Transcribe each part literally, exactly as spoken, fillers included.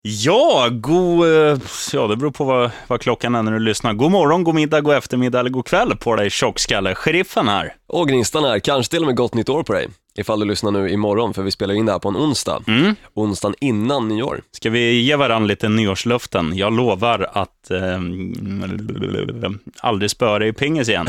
Ja, god, ja, det beror på vad, vad klockan är när du lyssnar. God morgon, god middag, god eftermiddag eller god kväll på dig, tjockskalle. Sheriffen här. Och Gnistan här, kanske till och med gott nytt år på dig. Ifall du lyssnar nu imorgon, för vi spelar in det här på en onsdag. Mm. Onsdagen innan nyår. Ska vi ge varandra lite nyårslöften? Jag lovar att eh, aldrig spöra i pingis igen.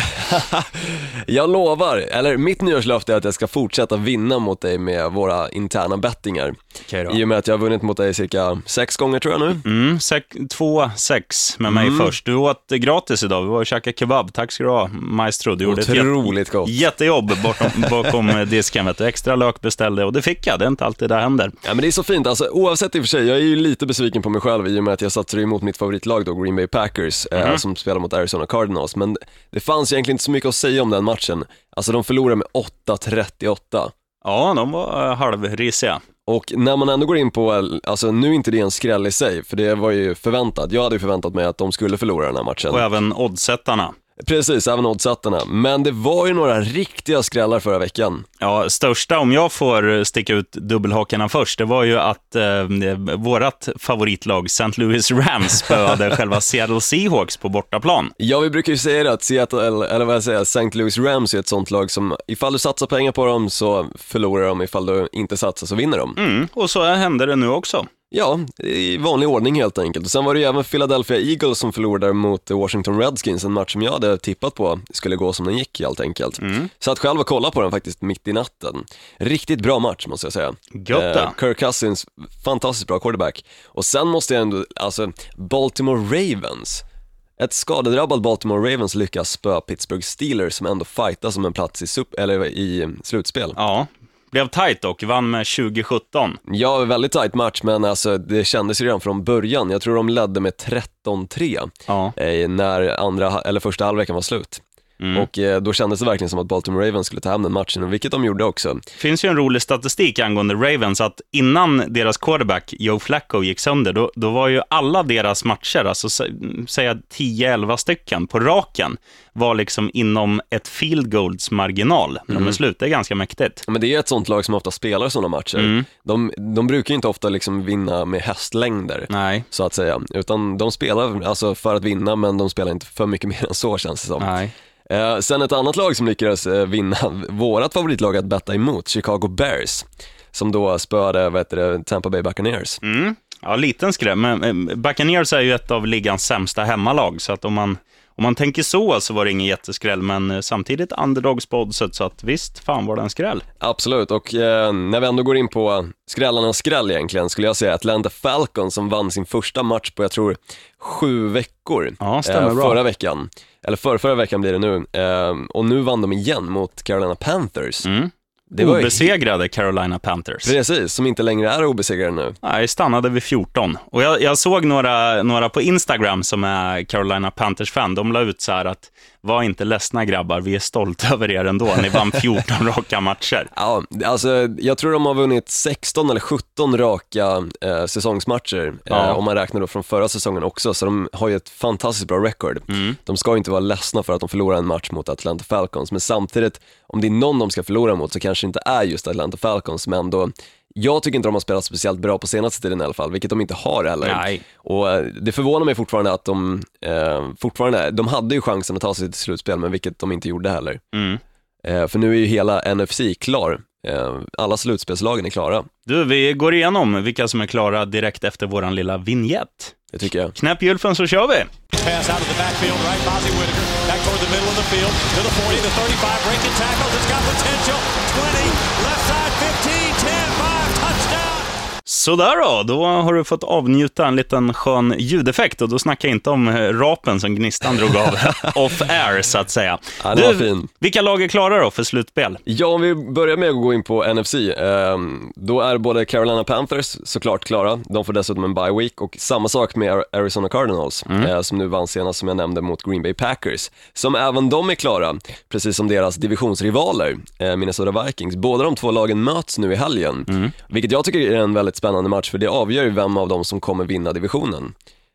Jag lovar, eller mitt nyårslöfte är att jag ska fortsätta vinna mot dig med våra interna bettingar. Okej då. I och med att jag har vunnit mot dig cirka sex gånger tror jag nu. Mm, sek- två, sex med mig Mm. först. Du åt gratis idag, vi var och käkade kebab. Tack ska du ha, maestro. Du gjorde Otroligt ett gott. jätte- jättejobb bakom, bakom disken. Vet du. Extra lök beställde och det fick jag. Det är inte alltid det händer. Ja, men det är så fint, alltså, oavsett i och för sig, jag är ju lite besviken på mig själv i och med att jag satsade emot mitt favoritlag då, Green Bay Packers, Mm. eh, som spelar mot Arizona Cardinals. Men det fanns egentligen inte så mycket att säga om den matchen. Alltså de förlorade med åtta trettioåtta. Ja, de var uh, halvrisiga. Och när man ändå går in på, alltså nu är inte det en skräll i sig, för det var ju förväntat. Jag hade ju förväntat mig att de skulle förlora den här matchen. Och även oddsättarna. Precis, även oddsattarna. Men det var ju några riktiga skrällar förra veckan. Ja, största, om jag får sticka ut dubbelhakarna först, det var ju att eh, vårat favoritlag Saint Louis Rams spöade själva Seattle Seahawks på bortaplan. Ja, vi brukar ju säga det att Seattle, eller vad jag säger, Saint Louis Rams är ett sånt lag som ifall du satsar pengar på dem så förlorar de, ifall du inte satsar så vinner de. Mm, och så hände det nu också. Ja, i vanlig ordning helt enkelt. Och sen var det ju även Philadelphia Eagles som förlorade mot Washington Redskins, en match som jag hade tippat på skulle gå som den gick helt enkelt. Mm. Så att själv och kolla på den faktiskt mitt i natten. Riktigt bra match måste jag säga. Gött eh, Kirk Cousins, fantastiskt bra quarterback. Och sen måste jag ändå, alltså Baltimore Ravens. Ett skadedrabbad Baltimore Ravens lyckas spöa Pittsburgh Steelers som ändå fightas som en plats i, sup- eller i slutspel. Ja, blev tajt och vann med tjugo sjutton. Ja, väldigt tajt match, men alltså, det kändes ju redan från början. Jag tror de ledde med tretton tre Ja. eh, när andra, eller första halvleken var slut. Mm. Och eh, då kändes det verkligen som att Baltimore Ravens skulle ta hem den matchen, vilket de gjorde också. Det finns ju en rolig statistik angående Ravens att innan deras quarterback Joe Flacco gick sönder, då, då var ju alla deras matcher, alltså sä- säga tio elva stycken på raken, var liksom inom ett field goals marginal när de är slut. Det är ganska mäktigt. Men det är ett sånt lag som ofta spelar sådana matcher. Mm. De, de brukar ju inte ofta liksom vinna med hästlängder, Nej. så att säga. Utan de spelar alltså för att vinna, men de spelar inte för mycket mer än så, känns det som. Nej. Eh, sen ett annat lag som lyckades eh, vinna vårat favoritlag att betta emot, Chicago Bears, som då spöade, vad heter det, Tampa Bay Buccaneers. Mm. Ja, liten skräm. Men eh, Buccaneers är ju ett av ligans sämsta hemmalag, så att om man, om man tänker så så var det ingen jätteskräll, men eh, samtidigt underdogs på oddset, så att visst, fan var det en skräll. Absolut, och eh, när vi ändå går in på skrällarnas skräll egentligen, skulle jag säga Atlanta Falcons som vann sin första match på, jag tror, sju veckor Ja, stämmer bra. förra veckan. Eller för, förra veckan blir det nu. Eh, och nu vann de igen mot Carolina Panthers. Mm. Det var ju- Obesegrade Carolina Panthers. Precis, som inte längre är obesegrade nu. Nej, stannade vid fjorton. Och jag, jag såg några, några på Instagram som är Carolina Panthers-fan. De la ut så här att, var inte ledsna grabbar, vi är stolta över er ändå. Ni vann fjorton raka matcher. Ja, alltså jag tror de har vunnit sexton eller sjutton raka eh, säsongsmatcher, Ja. eh, om man räknar då från förra säsongen också, så de har ju ett fantastiskt bra record. Mm. De ska ju inte vara ledsna för att de förlorar en match mot Atlanta Falcons, men samtidigt, om det är någon de ska förlora mot så kanske inte är just Atlanta Falcons, men då, jag tycker inte de har spelat speciellt bra på senaste tiden i alla fall, vilket de inte har heller. Nej. Och eh, det förvånar mig fortfarande att de eh, fortfarande, de hade ju chansen att ta sig till slutspel, men vilket de inte gjorde heller. Mm. Eh, för nu är ju hela N F C klar. Eh, alla slutspelslagen är klara. Du, vi går igenom vilka som är klara direkt efter våran lilla vignett. Det tycker jag. Knäpp julfen så kör vi! Pass out of the backfield, right, Bozzie Whitaker, back toward the middle of the field, to the forty, the thirty-five, breaking tackles, it's got potential, twenty, left side, fifteen, ten, five, touchdown! Sådär då, då har du fått avnjuta en liten skön ljudeffekt, och då snackar jag inte om eh, rapen som Gnistan drog av off air så att säga. Ja, det var fin. Vilka lag är klara då för slutspel? Ja, om vi börjar med att gå in på N F C, eh, då är både Carolina Panthers såklart klara. De får dessutom en bye week, och samma sak med Arizona Cardinals, Mm. eh, som nu vann senast, som jag nämnde, mot Green Bay Packers, som även de är klara, precis som deras divisionsrivaler, eh, Minnesota Vikings. Båda de två lagen möts nu i helgen, Mm. vilket jag tycker är en väldigt spännande match, för det avgör ju vem av dem som kommer vinna divisionen.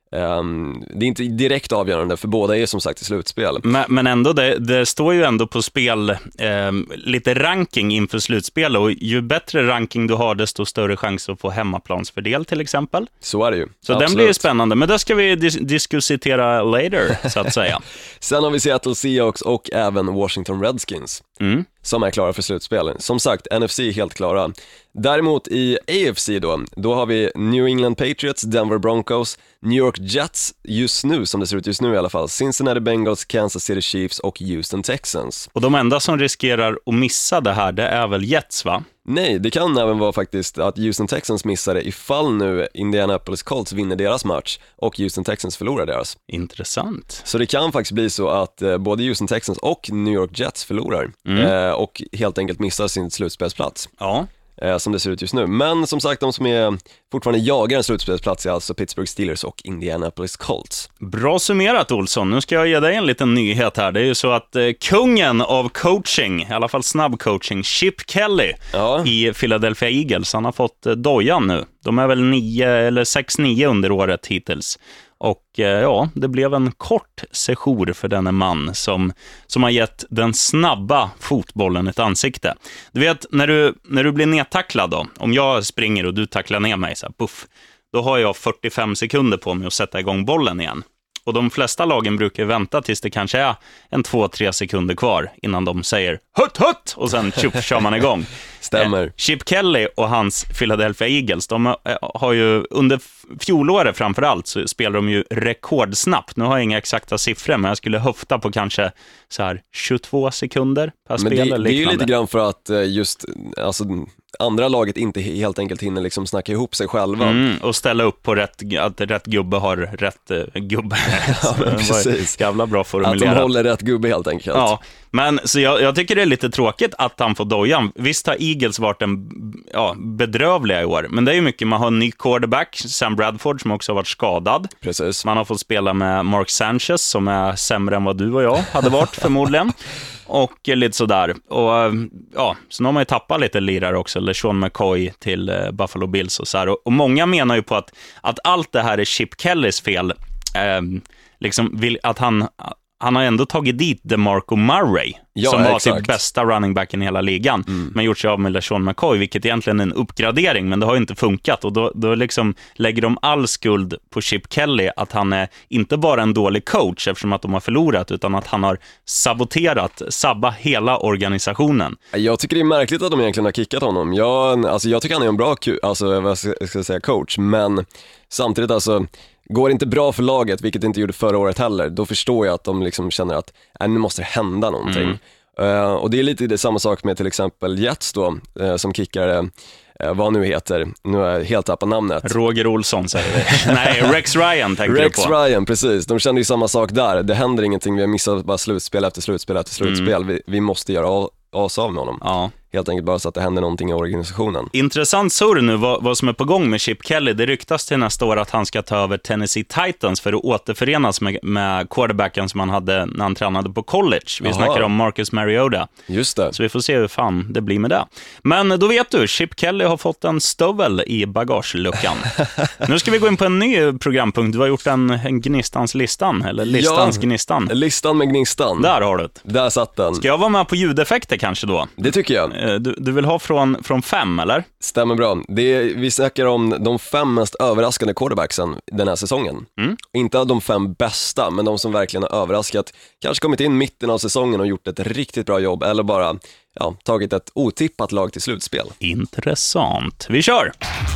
Um, det är inte direkt avgörande, för båda är som sagt i slutspel. Men, men ändå, det, det står ju ändå på spel eh, lite ranking inför slutspel, och ju bättre ranking du har, desto större chans att få hemmaplansfördel till exempel. Så är det ju. Så Absolut. Den blir ju spännande, men det ska vi dis- diskutera later, så att säga. Sen har vi Seattle Seahawks och även Washington Redskins. Mm. Som är klara för slutspel. Som sagt, N F C är helt klara. Däremot i A F C då, då har vi New England Patriots, Denver Broncos, New York Jets just nu, som det ser ut just nu i alla fall, Cincinnati Bengals, Kansas City Chiefs och Houston Texans. Och de enda som riskerar att missa det här, det är väl Jets, va? Nej, det kan även vara faktiskt att Houston Texans missar det ifall nu Indianapolis Colts vinner deras match och Houston Texans förlorar deras. Intressant. Så det kan faktiskt bli så att eh, både Houston Texans och New York Jets förlorar Mm. eh, och helt enkelt missar sin slutspelsplats. Ja. Eh, som det ser ut just nu. Men som sagt, de som är fortfarande jagar en slutspelsplats är alltså Pittsburgh Steelers och Indianapolis Colts. Bra summerat, Olsson. Nu ska jag ge dig en liten nyhet här. Det är ju så att eh, kungen av coaching, i alla fall snabb coaching, Chip Kelly Ja. i Philadelphia Eagles, han har fått eh, dojan nu. De är väl nio eller sex nio under året hittills. Och eh, ja, det blev en kort sejour för denne man som, som har gett den snabba fotbollen ett ansikte. Du vet, när du, när du blir nedtacklad då, om jag springer och du tacklar ner mig så här, puff, då har jag fyrtiofem sekunder på mig att sätta igång bollen igen. Och de flesta lagen brukar vänta tills det kanske är en två tre sekunder kvar innan de säger hutt hutt och sen tjup, kör man igång. Stämmer. Eh, Chip Kelly och hans Philadelphia Eagles, de har, har ju under fjolåret framförallt så spelar de ju rekordsnabbt. Nu har jag inga exakta siffror, men jag skulle höfta på kanske så här tjugotvå sekunder per Men spel det, eller det är ju liknande. lite grann för att eh, just alltså, andra laget inte helt enkelt hinner liksom snacka ihop sig själva. Mm, och ställa upp på rätt, att rätt gubbe har rätt uh, gubbe. Ja, men precis. Jävla bra Att formulerat. de håller rätt gubbe helt enkelt. Ja, men så jag, jag tycker det är lite tråkigt att han får dojan. Visst har Eagles varit en ja, bedrövliga i år, men det är ju mycket. Man har en ny quarterback, Sam Bradford, som också har varit skadad. Precis. Man har fått spela med Mark Sanchez, som är sämre än vad du och jag hade varit förmodligen. Och lite sådär. Och ja, så nu har man ju tappat lite lirare också, eller Sean McCoy till uh, Buffalo Bills och så här. Och, och många menar ju på att, att allt det här är Chip Kellys fel. Eh, liksom vill, att han... Han har ändå tagit dit DeMarco Murray, ja, som var exakt. typ bästa running backen i hela ligan, mm. men gjort sig av med LeSean McCoy, vilket egentligen är en uppgradering, men det har ju inte funkat. Och då, då liksom lägger de all skuld på Chip Kelly, att han är inte bara en dålig coach eftersom att de har förlorat, utan att han har saboterat, sabba hela organisationen. Jag tycker det är märkligt att de egentligen har kickat honom. Jag, alltså, jag tycker han är en bra alltså, vad ska jag säga, coach, men samtidigt alltså... Går det inte bra för laget, vilket det inte gjorde förra året heller, då förstår jag att de liksom känner att äh, nu måste det hända någonting. Mm. Uh, och det är lite det samma sak med till exempel Jets då, uh, som kickar, uh, vad nu heter, nu är jag helt tappat namnet. Roger Olsson säger vi. Nej, Rex Ryan tänker Rex du på. Ryan, precis. De kände ju samma sak där. Det händer ingenting, vi har missat bara slutspel efter slutspel efter slutspel. Mm. Vi, vi måste göra av, oss av med honom. Ja. Helt enkelt bara så att det händer någonting i organisationen. Intressant surr nu vad, vad som är på gång med Chip Kelly. Det ryktas till nästa år att han ska ta över Tennessee Titans för att återförenas med, med quarterbacken som han hade när han tränade på college. Vi Aha. snackar om Marcus Mariota. Just det. Så vi får se hur fan det blir med det. Men då vet du, Chip Kelly har fått en stövel i bagageluckan. Nu ska vi gå in på en ny programpunkt. Du har gjort en, en Gnistans listan, eller listans ja, Gnistan. Listan med Gnistan. Där har du det. Där satt den. Ska jag vara med på ljudeffekter kanske då? Det tycker jag. Du, du vill ha från, från fem, eller? Stämmer bra. Det är, vi snackar om de fem mest överraskande quarterbacksen den här säsongen. Mm. Inte de fem bästa, men de som verkligen har överraskat. Kanske kommit in mitten av säsongen och gjort ett riktigt bra jobb, eller bara ja, tagit ett otippat lag till slutspel. Intressant. Vi kör!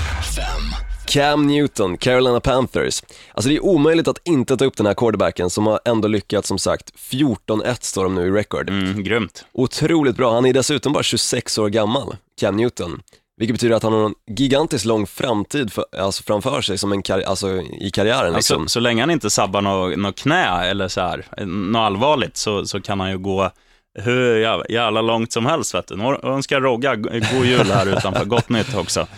Cam Newton, Carolina Panthers. Alltså det är omöjligt att inte ta upp den här quarterbacken som har ändå lyckats, som sagt, fjorton ett står de nu i record. Mm, grymt. Otroligt bra. Han är dessutom bara tjugosex år gammal, Cam Newton. Vilket betyder att han har en gigantiskt lång framtid för, alltså framför sig som en karri- alltså i karriären. Liksom. Alltså, så länge han inte sabbar något nå knä eller så här, något allvarligt, så, så kan han ju gå hur jävla, jävla långt som helst. Vet du. Nu önskar Rogga god jul här utanför. Gott nytt också.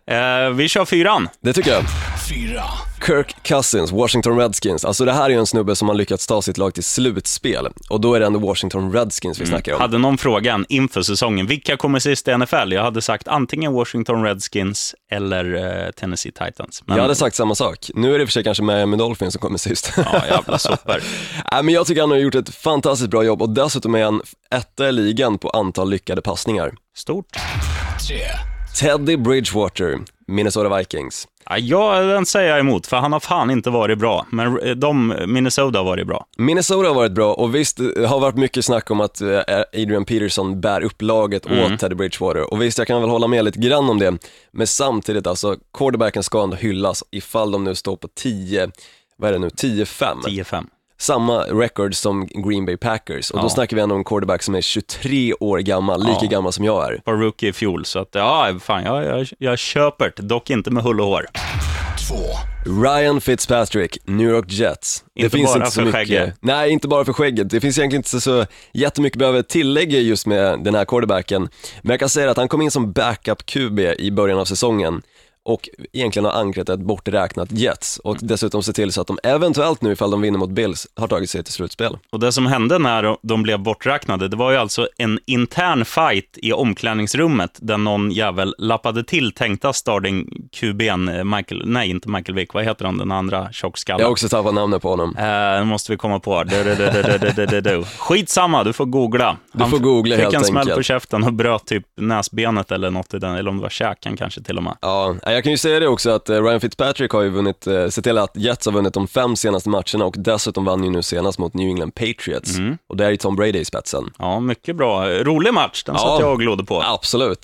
Eh, vi kör fyran. Det tycker jag. Fyra. Kirk Cousins, Washington Redskins. Alltså det här är ju en snubbe som har lyckats ta sitt lag till slutspel. Och då är det ändå Washington Redskins vi snackar om. Hade någon frågan inför säsongen, vilka kommer sist i N F L? Jag hade sagt antingen Washington Redskins eller eh, Tennessee Titans. Men... Jag hade sagt samma sak. Nu är det för sig kanske Miami Dolphins som kommer sist. Ja, jävla super. Nej, men jag tycker han har gjort ett fantastiskt bra jobb. Och dessutom är han etta i ligan på antal lyckade passningar. Stort. Tre. Teddy Bridgewater, Minnesota Vikings. Ja, jag, den säger jag emot, för han har fan inte varit bra. Men de, Minnesota har varit bra. Minnesota har varit bra, och visst, det har varit mycket snack om att Adrian Peterson bär upp laget mm. åt Teddy Bridgewater. Och visst, jag kan väl hålla med lite grann om det. Men samtidigt, alltså, quarterbacken ska ändå hyllas ifall de nu står på tio, vad är det nu, tio fem. tio fem. Samma record som Green Bay Packers. Och ja. då snackar vi ändå om en quarterback som är tjugotre år gammal, lika ja. gammal som jag är. På rookie i fjol, så att ja, fan, jag, jag, jag köper det, dock inte med hull och hår. Två. Ryan Fitzpatrick, New York Jets. Inte det finns bara inte så för mycket. Skägget. Nej, inte bara för skägget. Det finns egentligen inte så, så jättemycket behöver tillägga just med den här quarterbacken. Men jag kan säga att han kom in som backup Q B i början av säsongen. Och egentligen har ankrat ett borträknat Jets. Och dessutom se till så att de eventuellt nu, ifall de vinner mot Bills, har tagit sig till slutspel. Och det som hände när de blev borträknade, det var ju alltså en intern fight i omklädningsrummet där någon jävel lappade till tänkta starting Q B:n Michael, nej inte Michael Vick, vad heter han, den andra tjockskallen? Jag har också tappat namnet på honom. Eh, nu måste vi komma på. Du, du, du, du, du, du, du, du. Skitsamma, du får googla. Du får googla helt enkelt. Fick en smäll på käften och bröt typ näsbenet eller något i den, eller om det var käken kanske till och med. Ja, jag kan ju säga det också att Ryan Fitzpatrick har ju vunnit, eh, sett till att Jets har vunnit de fem senaste matcherna, och dessutom vann ju nu senast mot New England Patriots. Mm. Och där är Tom Brady i spetsen. Ja, mycket bra. Rolig match, den ja, satt jag och glodde på. Absolut.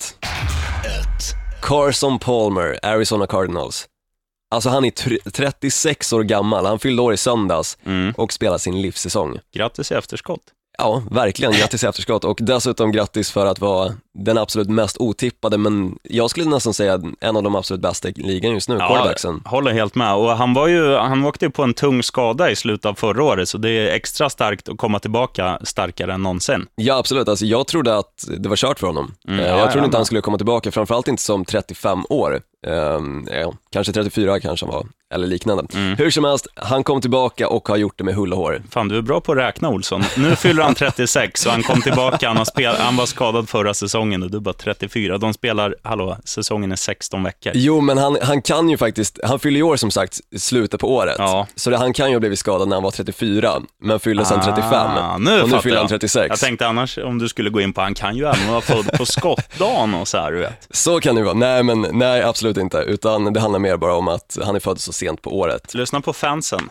Ett. Carson Palmer, Arizona Cardinals. Alltså han är trettiosex år gammal, han fyllde år i söndags mm. och spelar sin livssäsong. Grattis i efterskott. Ja, verkligen, grattis i efterskott. Och dessutom grattis för att vara den absolut mest otippade, men jag skulle nästan säga en av de absolut bästa i ligan just nu, ja, quarterbacksen. Håller helt med. Och han var ju, han åkte ju på en tung skada i slutet av förra året, så det är extra starkt att komma tillbaka starkare än någonsin. Ja, absolut. Alltså, jag trodde att det var kört för honom. Mm, jag ja, trodde ja, inte ja. han skulle komma tillbaka, framförallt inte som trettiofem år. Um, ja, kanske trettiofyra kanske han var, eller liknande. Mm. Hur som helst, han kom tillbaka och har gjort det med hull och hår. Fan, du är bra på att räkna, Olsson. Nu fyller han trettiosex och han kom tillbaka, han, har spel- han var skadad förra säsongen och du bara trettiofyra. De spelar, hallå, säsongen är sexton veckor. Jo, men han, han kan ju faktiskt, han fyller i år som sagt slutet på året. Ja. Så det, han kan ju ha blivit skadad när han var trettiofyra, men fyller sen trettiofem. Ah, nu och nu fyller han jag. trettiosex. Jag tänkte annars, om du skulle gå in på, han kan ju även vara född på skottdagen och så här, du vet. Så kan det vara. Nej, men nej, absolut inte. Utan det handlar mer bara om att han är född så sent på året. Lyssna på fansen.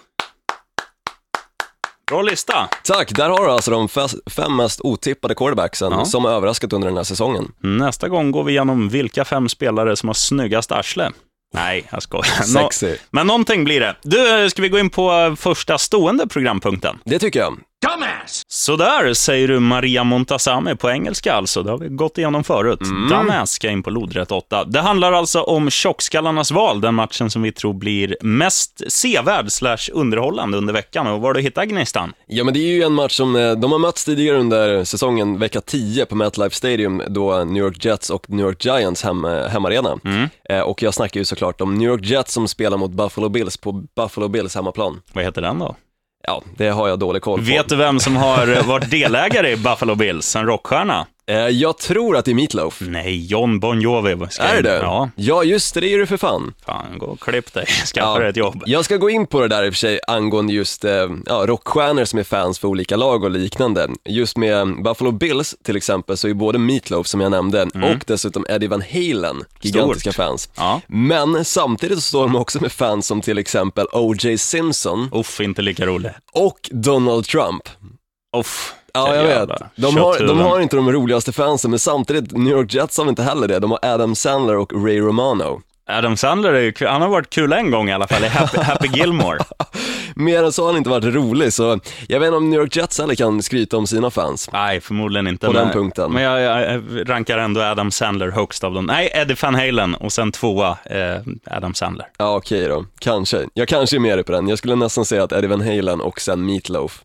Bra lista. Tack, där har du alltså de fem mest otippade quarterbacksen ja. som har överraskat under den här säsongen. Nästa gång går vi igenom vilka fem spelare som har snyggast arsle. Nej, jag skojar. Sexy. Nå- Men någonting blir det. Du, ska vi gå in på första stående programpunkten? Det tycker jag. Dumbass! Så där säger du Maria Montazami på engelska alltså. Det har vi gått igenom förut. Mm. Dumbass ska in på lodrätt åtta. Det handlar alltså om tjockskallarnas val. Den matchen som vi tror blir mest sevärd slash underhållande under veckan. Och var du hittar gnistan? Ja, men det är ju en match som de har mötts tidigare under säsongen, vecka tio på MetLife Stadium, då New York Jets och New York Giants hem, hemarena. Mm. Eh, och jag snackar ju såklart om New York Jets som spelar mot Buffalo Bills på Buffalo Bills hemmaplan. Vad heter den då? Ja, det har jag dålig koll på. Vet du vem som har varit delägare i Buffalo Bills? En rockstjärna? Eh, jag tror att det är Meatloaf. Nej, John Bon Jovi. Är det? Ja. Ja, just det, det är du för fan. Fan, gå och klipp dig. Skaffa ja, dig ett jobb. Jag ska gå in på det där i och för sig angående just eh, ja, rockstjärnor som är fans för olika lag och liknande. Just med Buffalo Bills till exempel så är både Meatloaf som jag nämnde mm. och dessutom Eddie Van Halen gigantiska Stort. fans. Ja. Men samtidigt så står de också med fans som till exempel O J Simpson. Uff, inte lika rolig. Och Donald Trump. Uff. Ja, jag vet. De har, de har inte de roligaste fansen, men samtidigt, New York Jets har inte heller det. De har Adam Sandler och Ray Romano. Adam Sandler, är ju, han har varit kul en gång i alla fall, i Happy, Happy Gilmore. Mer än så har han inte varit rolig, så jag vet inte om New York Jets heller kan skryta om sina fans. Nej, förmodligen inte. På men, den punkten. Men jag, jag rankar ändå Adam Sandler högst av dem. Nej, Eddie Van Halen och sen tvåa eh, Adam Sandler. Ja, okej då. Kanske. Jag kanske är med dig på den. Jag skulle nästan säga att Eddie Van Halen och sen Meatloaf.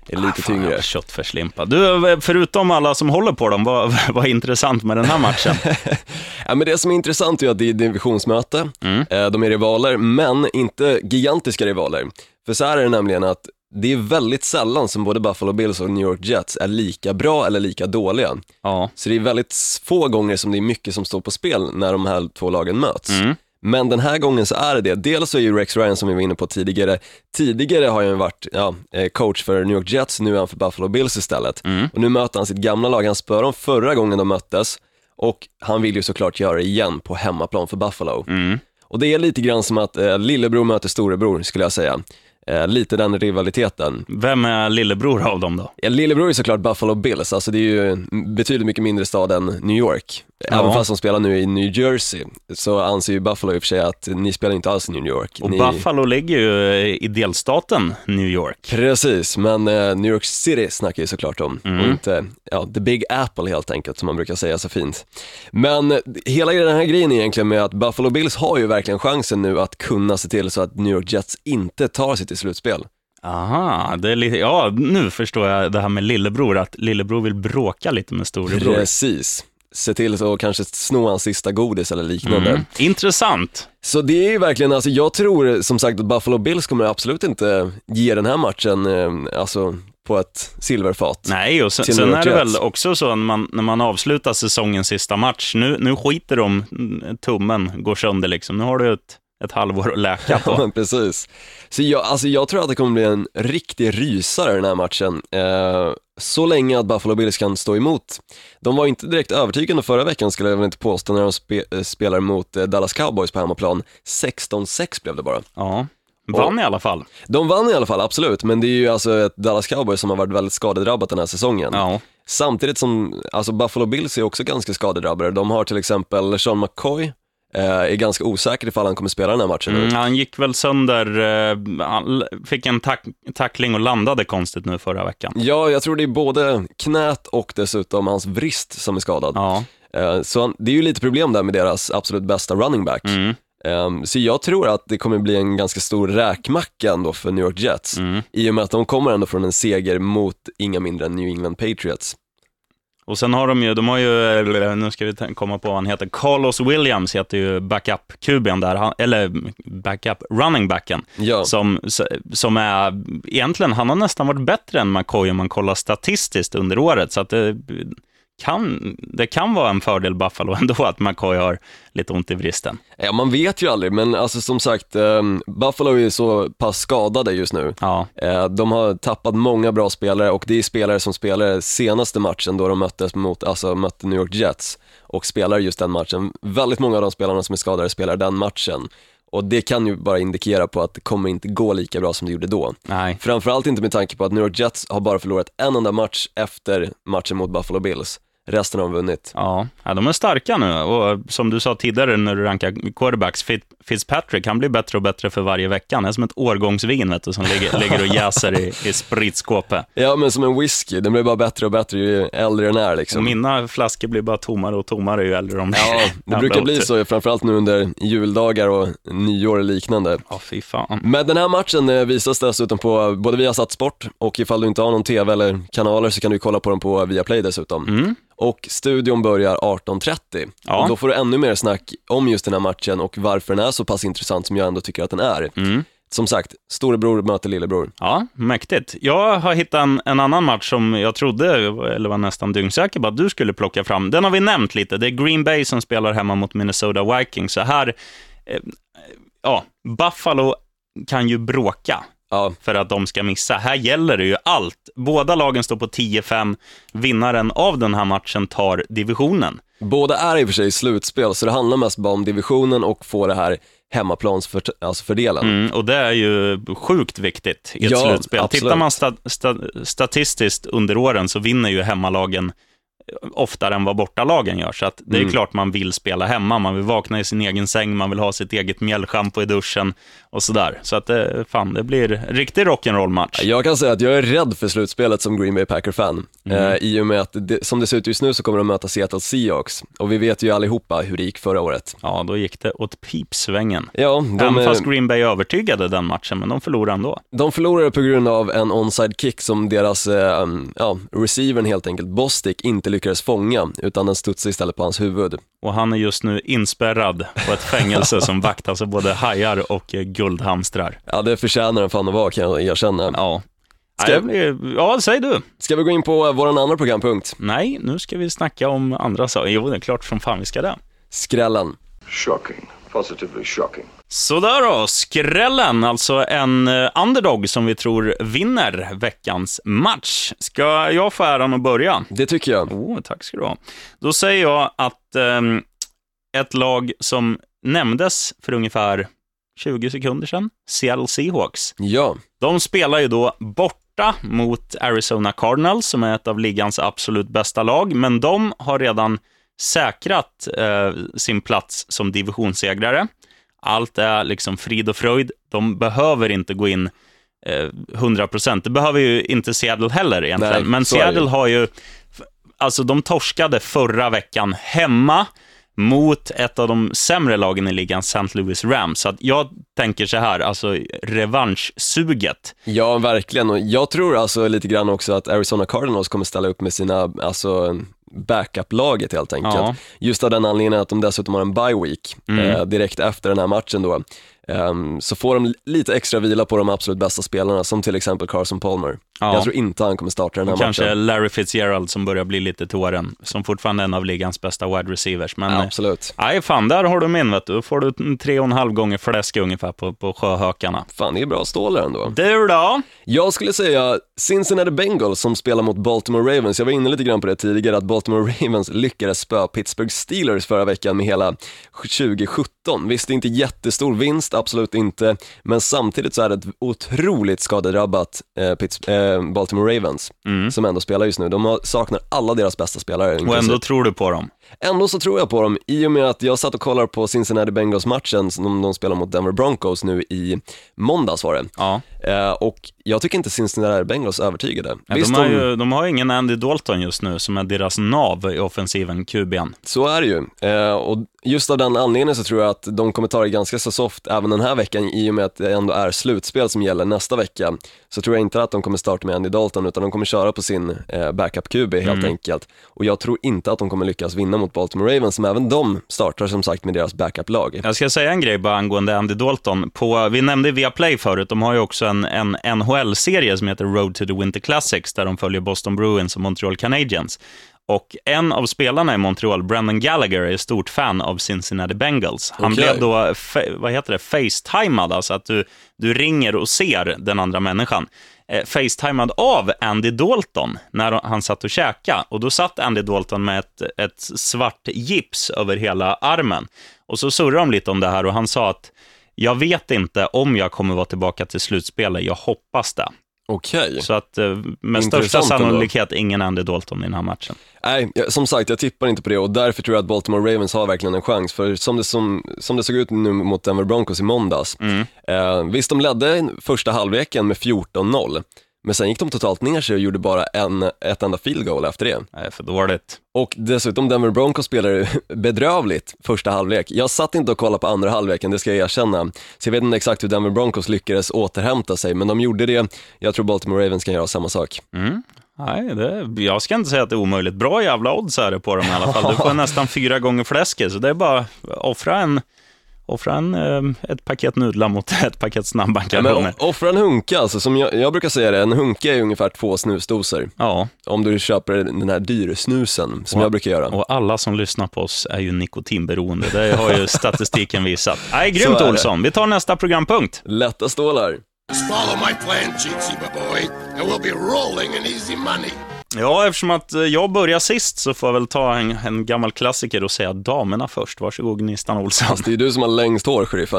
är lite ah, fan, tyngre. Kött för slimpa. Du, förutom alla som håller på dem, vad, vad är intressant med den här matchen? Ja, men det som är intressant är att det är divisionsmöte, mm. de är rivaler, men inte gigantiska rivaler. För så här är det nämligen att det är väldigt sällan som både Buffalo Bills och New York Jets är lika bra eller lika dåliga. Ja. Så det är väldigt få gånger som det är mycket som står på spel när de här två lagen möts. Mm. Men den här gången så är det det. Dels så är ju Rex Ryan, som vi var inne på tidigare. Tidigare har han varit ja, coach för New York Jets, nu är han för Buffalo Bills istället. Mm. Och nu möter han sitt gamla lag. Han spör dem förra gången de möttes. Och han vill ju såklart göra det igen på hemmaplan för Buffalo. Mm. Och det är lite grann som att eh, lillebror möter storebror, skulle jag säga. Eh, lite den rivaliteten. Vem är lillebror av dem då? Ja, lillebror är såklart Buffalo Bills. Alltså det är ju en betydligt mycket mindre stad än New York. Ja. Även fast de spelar nu i New Jersey så anser ju Buffalo i och för sig att ni spelar inte alls i New York. Och ni... Buffalo ligger ju i delstaten New York. Precis, men eh, New York City snackar ju såklart om. Mm. Och inte, ja, the Big Apple helt enkelt, som man brukar säga så fint. Men eh, hela den här grejen är egentligen med att Buffalo Bills har ju verkligen chansen nu att kunna se till så att New York Jets inte tar sig till slutspel. Aha, det är lite, ja, nu förstår jag det här med lillebror, att lillebror vill bråka lite med storebror. Precis. Se till så kanske sno hans sista godis eller liknande. Mm. Intressant. Så det är ju verkligen, alltså jag tror som sagt att Buffalo Bills kommer absolut inte ge den här matchen eh, alltså på ett silverfat. Nej, och sen, sen är det väl också så när man, när man avslutar säsongens sista match, nu, nu skiter de, tummen går sönder liksom, nu har du ett ett halvår att läka på. Ja, men precis. Så jag, alltså jag tror att det kommer bli en riktig rysare den här matchen. Eh, så länge att Buffalo Bills kan stå emot. De var inte direkt övertygande förra veckan, skulle jag väl inte påstå, när de spe, spelar mot eh, Dallas Cowboys på hemmaplan. sexton sex blev det bara. Ja, vann och, i alla fall. De vann i alla fall, absolut. Men det är ju alltså ett Dallas Cowboys som har varit väldigt skadedrabbat den här säsongen. Ja. Samtidigt som, alltså Buffalo Bills är också ganska skadedrabbade. De har till exempel Sean McCoy, är ganska osäker ifall han kommer spela den här matchen. Mm, han gick väl sönder, han fick en tack, tackling och landade konstigt nu förra veckan. Ja, jag tror det är både knät och dessutom hans vrist som är skadad. Ja. Så han, det är ju lite problem där med deras absolut bästa running back. Mm. Så jag tror att det kommer bli en ganska stor räkmacka ändå för New York Jets. Mm. I och med att de kommer ändå från en seger mot inga mindre än New England Patriots. Och sen har de ju, de har ju, nu ska vi komma på vad han heter, Carlos Williams heter ju backup-Q B:n där, eller backup-running-backen, ja. som, som är, egentligen, han har nästan varit bättre än McCoy om man kollar statistiskt under året, så att det kan, det kan vara en fördel Buffalo ändå att McCoy har lite ont i vristen. Ja, man vet ju aldrig, men alltså som sagt, um, Buffalo är så pass skadade just nu. Ja. Uh, de har tappat många bra spelare, och det är spelare som spelar senaste matchen då de möttes mot, alltså mötte New York Jets och spelar just den matchen. Väldigt många av de spelarna som är skadade spelar den matchen. Och det kan ju bara indikera på att det kommer inte gå lika bra som det gjorde då. Nej. Framförallt inte med tanke på att New York Jets har bara förlorat en enda match efter matchen mot Buffalo Bills. Resten har de vunnit. Ja, ja, de är starka nu. Och som du sa tidigare när du rankar quarterbacks, Fitzpatrick, han blir bättre och bättre för varje vecka. Han är som ett årgångsvin, vet du, som ligger, ligger och jäser i, i spritskåpet. Ja, men som en whisky. Den blir bara bättre och bättre ju äldre den är. Liksom. Och mina flaskor blir bara tommare och tommare ju äldre de blir. Ja, det brukar bli så, framförallt nu under juldagar och nyår och liknande. Ja, fy fan. Men den här matchen visas dessutom på både Viasat Sport, och ifall du inte har någon tv eller kanaler så kan du kolla på dem på Viaplay dessutom. Mm. Och studion börjar arton trettio. Ja. Och då får du ännu mer snack om just den här matchen och varför den är så pass intressant som jag ändå tycker att den är. Mm. Som sagt, storebror möter lillebror. Ja, mäktigt. Jag har hittat en, en annan match som jag trodde, eller var nästan dyngsäker på att du skulle plocka fram. Den har vi nämnt lite. Det är Green Bay som spelar hemma mot Minnesota Vikings. Så här, eh, ja, Buffalo kan ju bråka. Ja. För att de ska missa. Här gäller det ju allt. Båda lagen står på tio fem. Vinnaren av den här matchen tar divisionen. Båda är i och för sig slutspel, så det handlar mest bara om divisionen och få det här hemmaplans för, alltså fördelen. Mm, och det är ju sjukt viktigt i ett ja, slutspel. Absolut. Tittar man sta, sta, statistiskt under åren så vinner ju hemmalagen oftare än vad bortalagen gör. Så att det är mm. klart man vill spela hemma. Man vill vakna i sin egen säng, man vill ha sitt eget mjällschampo i duschen och sådär. Så att det, fan, det blir riktig rock'n'roll-match. Jag kan säga att jag är rädd för slutspelet som Green Bay Packer-fan. Mm. Eh, I och med att det, som det ser ut just nu så kommer de möta Seattle Seahawks. Och vi vet ju allihopa hur det gick förra året. Ja, då gick det åt pipsvängen. Ja, de, Även fast Green Bay övertygade den matchen, men de förlorade ändå. De förlorade på grund av en onside kick som deras eh, ja, receivern helt enkelt, Bostic, inte lyckades fånga, utan den studsade istället på hans huvud. Och han är just nu inspärrad på ett fängelse som vaktas av både hajar och guldhamstrar. Ja, det förtjänar en fan att vara, kan jag erkänna. Ja. Ska, Nej, blir... ja, säg du. Ska vi gå in på vår andra programpunkt? Nej, nu ska vi snacka om andra saker. Jo, det är klart som fan vi ska det. Skrällen. Shocking. Positively shocking. Sådär då, skrällen, alltså en underdog som vi tror vinner veckans match. Ska jag få äran att börja? Det tycker jag. Oh, tack ska du ha. Då säger jag att um, ett lag som nämndes för ungefär tjugo sekunder sedan, Seattle Seahawks. Ja. De spelar ju då borta mot Arizona Cardinals som är ett av ligans absolut bästa lag, men de har redan säkrat eh, sin plats som divisionssegrare. Allt är liksom frid och fröjd. De behöver inte gå in eh, hundra procent. Det behöver ju inte Seattle heller egentligen. Nej, men Seattle har ju, alltså de torskade förra veckan hemma mot ett av de sämre lagen i ligan, Saint Louis Rams. Så att jag tänker så här, alltså revanschsuget. Ja, verkligen. Och jag tror alltså lite grann också att Arizona Cardinals kommer ställa upp med sina, alltså backup-laget helt enkelt. Ja. Just av den anledningen att de dessutom har en bye week mm. eh, direkt efter den här matchen då. Um, så får de lite extra vila på de absolut bästa spelarna, som till exempel Carson Palmer. Ja. Jag tror inte han kommer starta den här och matchen. Kanske Larry Fitzgerald som börjar bli lite till åren, som fortfarande är en av ligans bästa wide receivers. Men, ja, absolut. Nej, fan, där har du min, vet du. Får du tre och en halv gånger fläsk ungefär på, på sjöhökarna. Fan, det är bra stålar ändå. Du då? Jag skulle säga Cincinnati Bengals som spelar mot Baltimore Ravens. Jag var inne lite grann på det tidigare, att Baltimore Ravens lyckades spöa Pittsburgh Steelers förra veckan med hela tjugo sjutton. Visst, det är inte jättestor vinst, absolut inte. Men samtidigt så är det ett otroligt skadedrabbat eh, Pitts- eh, Baltimore Ravens mm. som ändå spelar just nu. De har, saknar alla deras bästa spelare. Och ändå tror du på dem? Ändå så tror jag på dem, i och med att jag satt och kollar på Cincinnati Bengals-matchen som de spelar mot Denver Broncos nu i måndags var det. Ja. Eh, och jag tycker inte Cincinnati Bengals övertygade. Ja, de, har ju, de har ingen Andy Dalton just nu som är deras nav i offensiven, Q B:n. Så är det ju. Eh, och just av den anledningen så tror jag att de kommer ta det ganska så soft även den här veckan, i och med att det ändå är slutspel som gäller nästa vecka. Så tror jag inte att de kommer starta med Andy Dalton, utan de kommer köra på sin eh, backup-Q B helt mm. enkelt. Och jag tror inte att de kommer lyckas vinna mot Baltimore Ravens, som även de startar som sagt med deras backup-lag. Jag ska säga en grej bara angående Andy Dalton. På, vi nämnde Viaplay förut, de har ju också en, en N H L-serie som heter Road to the Winter Classics, där de följer Boston Bruins och Montreal Canadiens. Och en av spelarna i Montreal, Brendan Gallagher, är stort fan av Cincinnati Bengals. Han okay. blev då, vad heter det, facetimad, alltså att du, du ringer och ser den andra människan. Eh, facetimad av Andy Dalton när han satt och käka. Och då satt Andy Dalton med ett, ett svart gips över hela armen. Och så surrade de lite om det här och han sa att jag vet inte om jag kommer vara tillbaka till slutspelet, jag hoppas det. Okej. Okay. Så att med största sannolikhet ingen Andy Dalton i den här matchen. Nej, som sagt, jag tippar inte på det, och därför tror jag att Baltimore Ravens har verkligen en chans. För som det, som, som det såg ut nu mot Denver Broncos i måndags, mm. eh, visst, de ledde första halvleken med fjorton noll, men sen gick de totalt ner sig och gjorde bara en, ett enda field goal efter det. Nej, för dåligt. Och dessutom Denver Broncos spelade bedrövligt första halvlek. Jag satt inte och kollade på andra halvleken, det ska jag erkänna. Så jag vet inte exakt hur Denver Broncos lyckades återhämta sig, men de gjorde det. Jag tror Baltimore Ravens kan göra samma sak. Mm. Nej, det, jag ska inte säga att det är omöjligt. Bra jävla odds är det på dem i alla fall. Du får nästan fyra gånger fläsket, så det är bara offra en... Offra en, ett paket nudlar mot ett paket snabbbankaroner. Ja, offra en hunka, alltså, som jag, jag brukar säga det, en hunka är ungefär två snusdoser. Ja. Om du köper den här dyrsnusen, som och, jag brukar göra. Och alla som lyssnar på oss är ju nikotinberoende. Det har ju statistiken visat. Nej, grymt Olsson. Vi tar nästa programpunkt. Lätta stålar. Just follow my plan, cheatsy boy, and we'll be rolling in easy money. Ja, eftersom att jag börjar sist så får jag väl ta en, en gammal klassiker och säga damerna först. Varsågod, Gnistan Olsson. Fast det är du som har längst hår, sheriffen.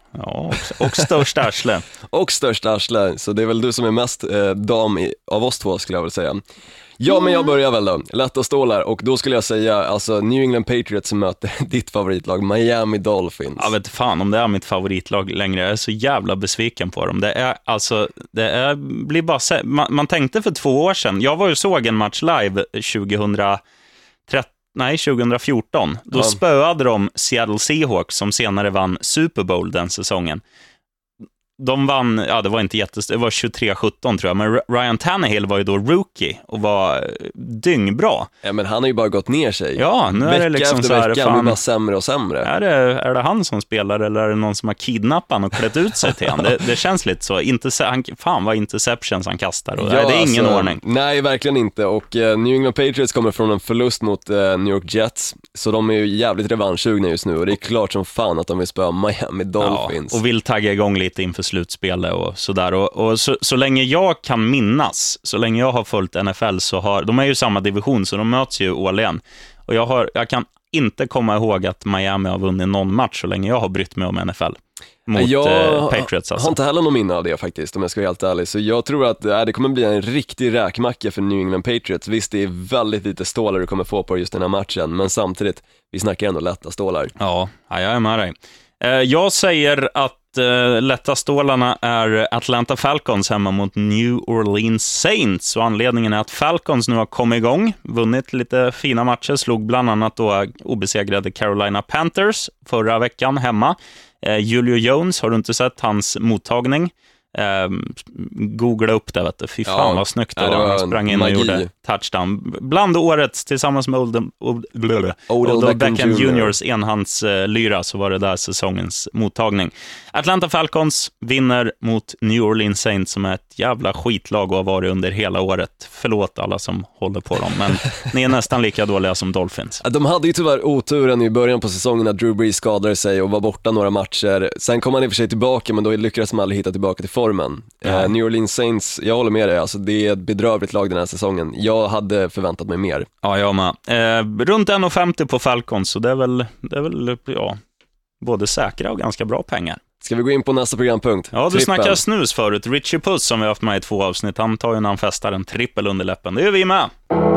Ja, och, och störst arsle. Och störst arsle, så det är väl du som är mest eh, dam i, av oss två skulle jag väl säga. Ja, men jag börjar väl då, lätta stålar, och då skulle jag säga alltså New England Patriots som möter ditt favoritlag, Miami Dolphins. Jag vet fan om det är mitt favoritlag längre, jag är så jävla besviken på dem. Det är alltså, det är, blir bara, man, man tänkte för två år sedan, jag var ju såg en match live tjugohundratretton, nej tjugohundrafjorton, då ja. spöade de Seattle Seahawks som senare vann Super Bowl den säsongen. De vann, ja det var inte jättestort, det var tjugotre sjutton tror jag, men Ryan Tannehill var ju då rookie och var dyngbra. Ja, men han har ju bara gått ner sig. Ja, nu är det liksom så här, fan, bara sämre och sämre. Är det, är det han som spelar eller är det någon som har kidnappat han och klätt ut sig till han? Det, det känns lite så, inte, han, fan vad interceptions han kastar och, ja, nej, det är ingen alltså, ordning. Nej, verkligen inte, och uh, New England Patriots kommer från en förlust mot uh, New York Jets, så de är ju jävligt revanschsugna just nu, och det är klart som fan att de vill spöa Miami Dolphins. Ja, och vill tagga igång lite inför slutspelet och sådär. Och, och så, så länge jag kan minnas, så länge jag har följt N F L, så har, de är ju samma division så de möts ju årligen. Och jag, har, jag kan inte komma ihåg att Miami har vunnit någon match så länge jag har brytt mig om N F L. Mot jag eh, Patriots alltså. Jag har inte heller någon minne av det faktiskt, om jag ska vara helt ärlig. Så jag tror att äh, det kommer bli en riktig räkmacka för New England Patriots. Visst, det är väldigt lite stålar du kommer få på just den här matchen, men samtidigt, vi snackar ändå lätta stålar. Ja, jag är med dig. Eh, jag säger att Uh, lätta stålarna är Atlanta Falcons hemma mot New Orleans Saints, och anledningen är att Falcons nu har kommit igång, vunnit lite fina matcher, slog bland annat då obesegrade Carolina Panthers förra veckan hemma. uh, Julio Jones, har du inte sett hans mottagning? Uh, googla upp det, vet du. Fy fan, ja, vad snyggt det var. Han sprang in och gjorde touchdown. Bland årets tillsammans med Odell, Odell, Odell Beckham Juniors enhandslyra, så var det där säsongens mottagning. Atlanta Falcons vinner mot New Orleans Saints, som är ett jävla skitlag och har varit under hela året. Förlåt alla som håller på dem, men ni är nästan lika dåliga som Dolphins. De hade ju tyvärr oturen i början på säsongen att Drew Brees skadade sig och var borta några matcher. Sen kom han i och för sig tillbaka, men då lyckades man aldrig hitta tillbaka till formen. Uh, New Orleans Saints, jag håller med dig, alltså det är ett bedrövligt lag den här säsongen. Jag hade förväntat mig mer. Ja, jag med. Eh, runt en komma femtio på Falcons, så det är väl, det är väl ja, både säkra och ganska bra pengar. Ska vi gå in på nästa programpunkt? Ja, du trippel. Snackar snus förut. Richie Puss som vi har haft med i två avsnitt, han tar ju när han festar en trippel under läppen. Det gör vi med.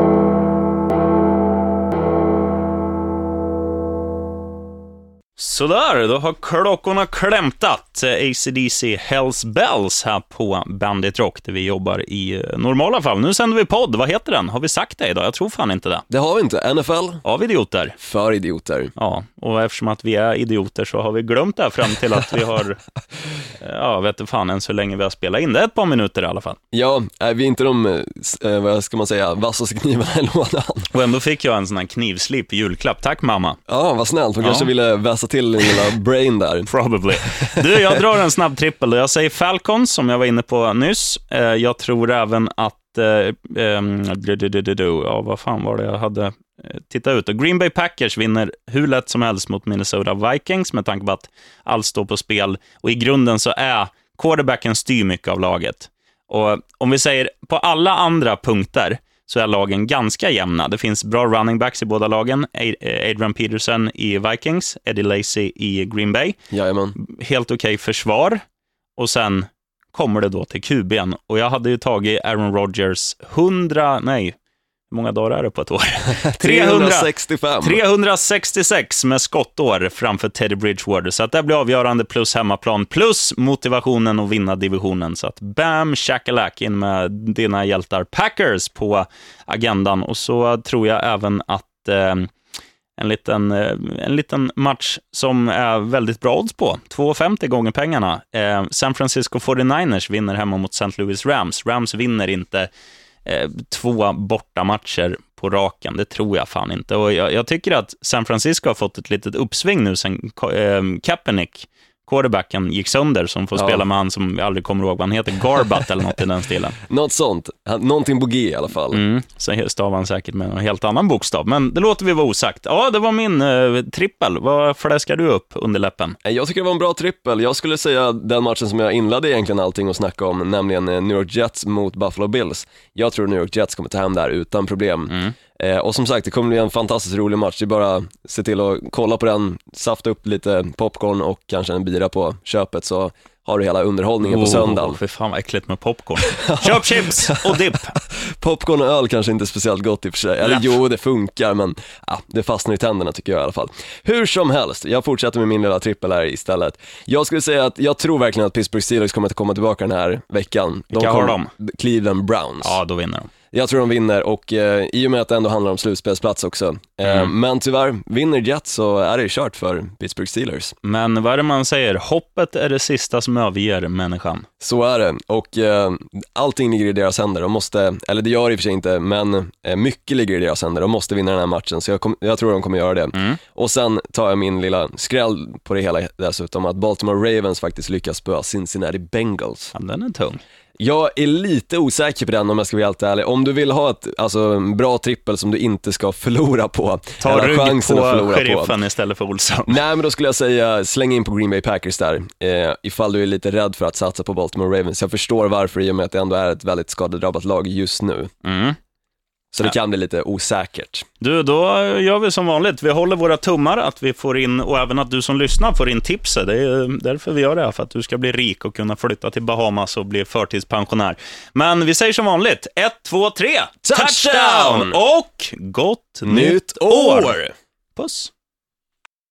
Sådär, då har klockorna klämtat. A C D C Hells Bells här på Bandit Rock, där vi jobbar i normala fall. Nu sänder vi podd, vad heter den? Har vi sagt det idag? Jag tror fan inte det. Det har vi inte, N F L. Av idioter. För idioter. Ja, och eftersom att vi är idioter så har vi glömt det fram till att vi har, ja, vet du fan än så länge vi har spelat in det, ett par minuter i alla fall. Ja, är vi inte de, eh, vad ska man säga, vassaste knivarna i lådan. Och ändå fick jag en sån här knivslip i julklapp. Tack mamma. Ja, vad snällt, hon ja. kanske ville vässa till din lilla brain där. Probably. Du, jag drar en snabb trippel. Jag säger Falcons, som jag var inne på nyss. Jag tror även att ja, vad fan var det jag hade titta ut. Och Green Bay Packers vinner hur lätt som helst mot Minnesota Vikings, med tanke på att allt står på spel. Och i grunden så är quarterbacken styr mycket av laget. Och om vi säger på alla andra punkter så är lagen ganska jämna. Det finns bra running backs i båda lagen. Adrian Peterson i Vikings, Eddie Lacy i Green Bay. Jajamän. Helt okej okay försvar. Och sen kommer det då till Q B:n. Och jag hade ju tagit Aaron Rodgers hundra, nej, hur många dagar är det på ett år? trehundrasextiofem. trehundrasextiosex med skottår framför Teddy Bridgewater. Så att det blir avgörande, plus hemmaplan, plus motivationen att vinna divisionen. Så att bam, shakalak, in med dina hjältar Packers på agendan. Och så tror jag även att eh, en, liten, eh, en liten match som är väldigt bra odds på, två komma femtio gånger pengarna. Eh, San Francisco fyrtionioers vinner hemma mot Saint Louis Rams. Rams vinner inte Eh, två borta matcher på raken, det tror jag fan inte. Och jag, jag tycker att San Francisco har fått ett litet uppsving nu sen eh, Kaepernick, quarterbacken, gick sönder, som får ja. spela med han som vi aldrig kommer ihåg vad han heter, Garbutt eller något i den stilen. Något sånt, någonting på G i alla fall. Mm, så stavar han säkert med en helt annan bokstav, men det låter vi vara osagt. Ja, det var min eh, trippel. Vad fläskar du upp under läppen? Jag tycker det var en bra trippel. Jag skulle säga den matchen som jag inledde egentligen allting att snacka om, nämligen New York Jets mot Buffalo Bills. Jag tror New York Jets kommer ta hem där utan problem. Mm. Eh, och som sagt, det kommer bli en fantastiskt rolig match. Det är bara att se till att kolla på den, safta upp lite popcorn och kanske en bira på köpet, så har du hela underhållningen på söndagen. Oh, för fan vad äckligt med popcorn. Köp chips och dipp. Popcorn och öl kanske inte är speciellt gott i och för sig. Eller jo, det funkar, men ja, det fastnar i tänderna tycker jag i alla fall. Hur som helst, jag fortsätter med min lilla trippel här istället. Jag skulle säga att jag tror verkligen att Pittsburgh Steelers kommer att komma tillbaka den här veckan. Vilka de har de? Cleveland Browns. Ja, då vinner de. Jag tror de vinner, och eh, i och med att det ändå handlar om slutspelsplats också. Eh, Mm. Men tyvärr, vinner Jets så är det kört för Pittsburgh Steelers. Men vad är det man säger? Hoppet är det sista som överger människan. Så är det, och eh, allting ligger i deras händer. De måste, eller det gör det i och för sig inte, men eh, mycket ligger i deras händer. De måste vinna den här matchen, så jag, kom, jag tror de kommer göra det. Mm. Och sen tar jag min lilla skräll på det hela dessutom, att Baltimore Ravens faktiskt lyckas spöa Cincinnati Bengals. Ja, den är tung. Jag är lite osäker på den, om jag ska vara helt ärlig. Om du vill ha ett alltså, en bra trippel som du inte ska förlora på, Ta rygg på sheriffen på. istället för Olsson. Nej, men då skulle jag säga släng in på Green Bay Packers där, eh, ifall du är lite rädd för att satsa på Baltimore Ravens. Jag förstår varför, i och med att det ändå är ett väldigt skadedrabbat lag just nu. Mm. Så det Ja. kan bli lite osäkert. Du, då gör vi som vanligt. Vi håller våra tummar att vi får in, och även att du som lyssnar får in tipset. Det är därför vi gör det här, för att du ska bli rik och kunna flytta till Bahamas och bli förtidspensionär. Men vi säger som vanligt, ett, två, tre, Touchdown! Och gott nytt Nytt år! år! Puss!